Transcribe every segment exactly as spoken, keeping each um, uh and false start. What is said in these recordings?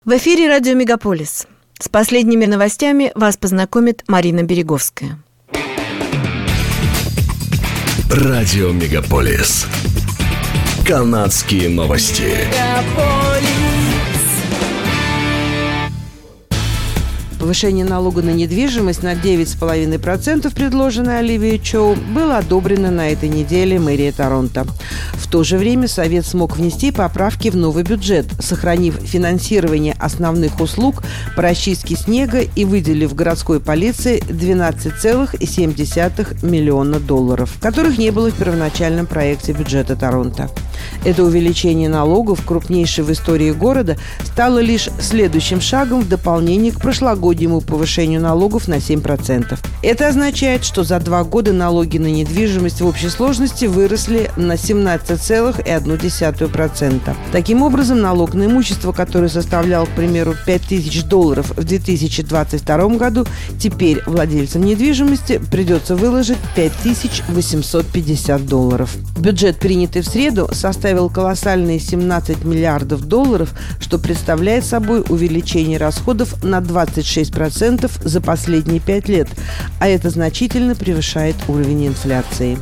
В эфире радио «Мегаполис». С последними новостями вас познакомит Марина Береговская. Радио «Мегаполис». Канадские новости. Повышение налога на недвижимость на девять целых пять десятых процента, предложенное Оливией Чоу, было одобрено на этой неделе мэрией Торонто. В то же время Совет смог внести поправки в новый бюджет, сохранив финансирование основных услуг по расчистке снега и выделив городской полиции двенадцать целых семь десятых миллиона долларов, которых не было в первоначальном проекте бюджета Торонто. Это увеличение налогов, крупнейшее в истории города, стало лишь следующим шагом в дополнение к прошлогоднему повышению налогов на семь процентов. Это означает, что за два года налоги на недвижимость в общей сложности выросли на семнадцать целых одна десятая процента. Таким образом, налог на имущество, который составлял, к примеру, пять тысяч долларов в две тысячи двадцать втором году, теперь владельцам недвижимости придется выложить пять тысяч восемьсот пятьдесят долларов. Бюджет, принятый в среду, составил колоссальные семнадцать миллиардов долларов, что представляет собой увеличение расходов на двадцать шесть процентов за последние пять лет, а это значительно превышает уровень инфляции.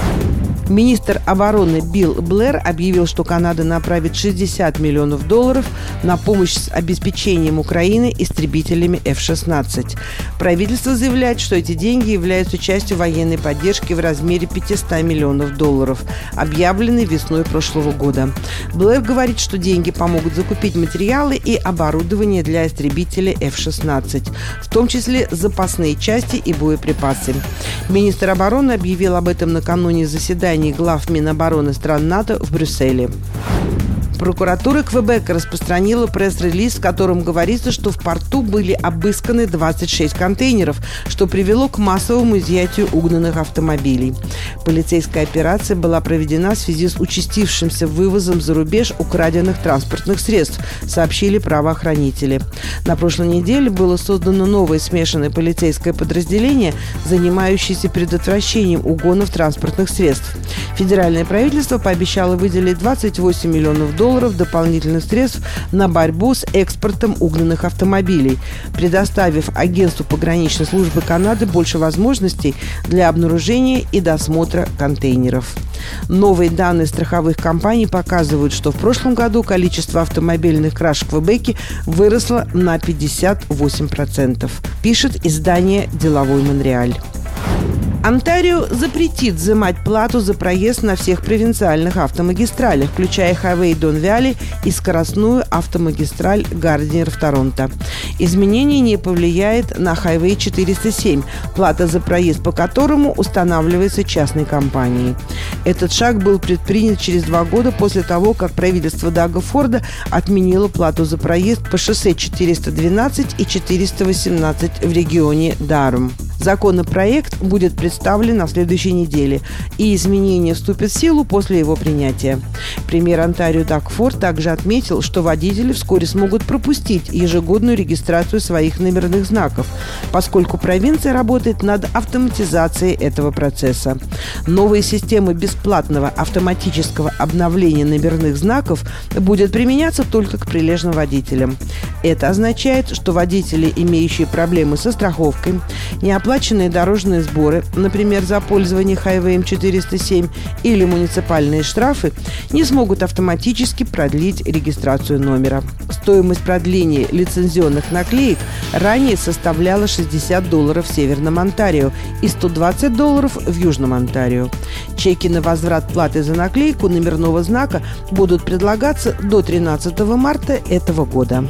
Министр обороны Билл Блэр объявил, что Канада направит шестьдесят миллионов долларов на помощь с обеспечением Украины истребителями эф шестнадцать. Правительство заявляет, что эти деньги являются частью военной поддержки в размере пятьсот миллионов долларов, объявленной весной прошлого года. Блэр говорит, что деньги помогут закупить материалы и оборудование для истребителей эф шестнадцать, в том числе запасные части и боеприпасы. Министр обороны объявил об этом накануне заседания глав Минобороны стран НАТО в Брюсселе. Прокуратура Квебека распространила пресс-релиз, в котором говорится, что в порту были обысканы двадцать шесть контейнеров, что привело к массовому изъятию угнанных автомобилей. Полицейская операция была проведена в связи с участившимся вывозом за рубеж украденных транспортных средств, сообщили правоохранители. На прошлой неделе было создано новое смешанное полицейское подразделение, занимающееся предотвращением угонов транспортных средств. Федеральное правительство пообещало выделить двадцать восемь миллионов долларов дополнительных средств на борьбу с экспортом угнанных автомобилей, предоставив агентству пограничной службы Канады больше возможностей для обнаружения и досмотра контейнеров. Новые данные страховых компаний показывают, что в прошлом году количество автомобильных краж в Квебеке выросло на пятьдесят восемь процентов, пишет издание «Деловой Монреаль». Онтарио запретит взимать плату за проезд на всех провинциальных автомагистралях, включая Хайвей Дон-Вяли и скоростную автомагистраль Гардинер в Торонто. Изменение не повлияет на Хайвей четыреста семь, плата за проезд по которому устанавливается частной компанией. Этот шаг был предпринят через два года после того, как правительство Дага Форда отменило плату за проезд по шоссе четыреста двенадцать и четыреста восемнадцать в регионе Дарум. Законопроект будет представлен на следующей неделе, и изменения вступят в силу после его принятия. Премьер Онтарио Даг Форд также отметил, что водители вскоре смогут пропустить ежегодную регистрацию своих номерных знаков, поскольку провинция работает над автоматизацией этого процесса. Новая система бесплатного автоматического обновления номерных знаков будет применяться только к прилежным водителям. Это означает, что водители, имеющие проблемы со страховкой, неоплаченные дорожные сборы, например, за пользование Хайвеем четыреста семь или муниципальные штрафы, не смогут автоматически продлить регистрацию номера. Стоимость продления лицензионных наклеек ранее составляла шестьдесят долларов в Северном Онтарио и сто двадцать долларов в Южном Онтарио. Чеки на возврат платы за наклейку номерного знака будут предлагаться до тринадцатого марта этого года.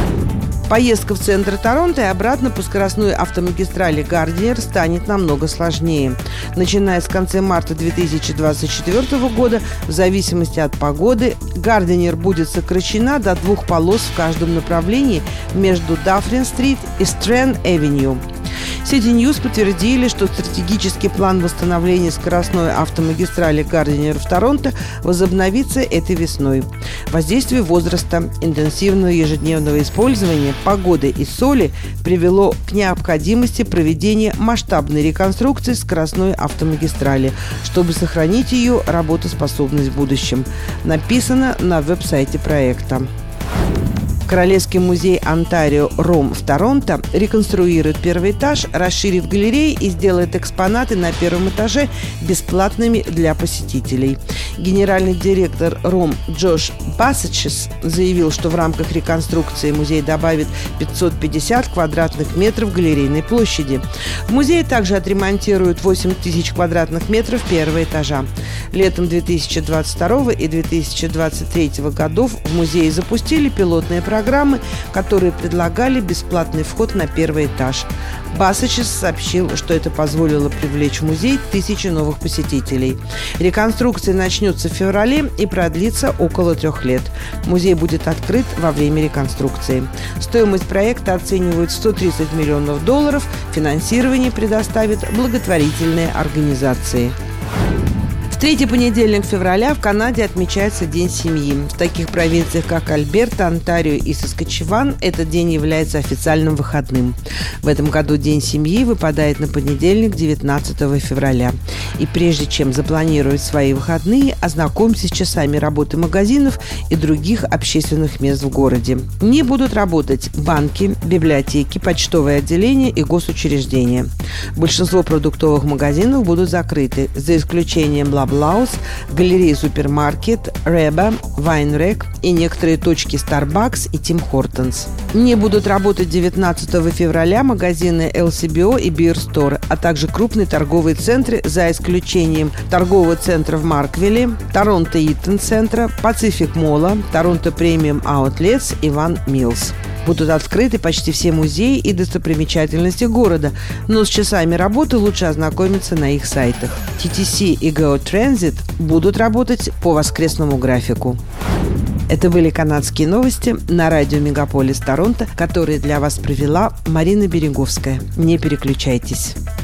Поездка в центр Торонто и обратно по скоростной автомагистрали Гардинер станет намного сложнее. Начиная с конца марта две тысячи двадцать четвёртого года, в зависимости от погоды, Гардинер будет сокращена до двух полос в каждом направлении между Даффрин-стрит и Стрэнд-авеню. Сити Ньюс подтвердили, что стратегический план восстановления скоростной автомагистрали Гардинер в Торонто возобновится этой весной. Воздействие возраста, интенсивного ежедневного использования, погоды и соли привело к необходимости проведения масштабной реконструкции скоростной автомагистрали, чтобы сохранить ее работоспособность в будущем. Написано на веб-сайте проекта. Королевский музей Онтарио Ром в Торонто реконструирует первый этаж, расширит галереи и сделает экспонаты на первом этаже бесплатными для посетителей. Генеральный директор Ром Джош Бассачес заявил, что в рамках реконструкции музей добавит пятьсот пятьдесят квадратных метров галерейной площади. В музее также отремонтируют восемь тысяч квадратных метров первого этажа. Летом две тысячи двадцать второго и две тысячи двадцать третьего годов в музее запустили пилотные программы, которые предлагали бесплатный вход на первый этаж. Бассачес сообщил, что это позволило привлечь в музей тысячи новых посетителей. Реконструкция начнется в феврале и продлится около трех лет. Музей будет открыт во время реконструкции. Стоимость проекта оценивают в сто тридцать миллионов долларов. Финансирование предоставят благотворительные организации. В третий понедельник февраля в Канаде отмечается День семьи. В таких провинциях, как Альберта, Онтарио и Саскатчеван, этот день является официальным выходным. В этом году День семьи выпадает на понедельник, девятнадцатого февраля. И прежде чем запланировать свои выходные, ознакомьтесь с часами работы магазинов и других общественных мест в городе. Не будут работать банки, библиотеки, почтовые отделения и госучреждения. Большинство продуктовых магазинов будут закрыты, за исключением Блаус, галереи Супермаркет, Реба, Вайнрек и некоторые точки Starbucks и Tim Hortons. Не будут работать девятнадцатого февраля магазины эл си би о и Beer Store, а также крупные торговые центры, за исключением торгового центра в Марквилле, Торонто Итон центра, Pacific Молла, Торонто Премиум Аутлетс и Ван Миллс. Будут открыты почти все музеи и достопримечательности города, но с часами работы лучше ознакомиться на их сайтах. ти ти си и Go Transit будут работать по воскресному графику. Это были канадские новости на радио Мегаполис Торонто, которые для вас провела Марина Береговская. Не переключайтесь.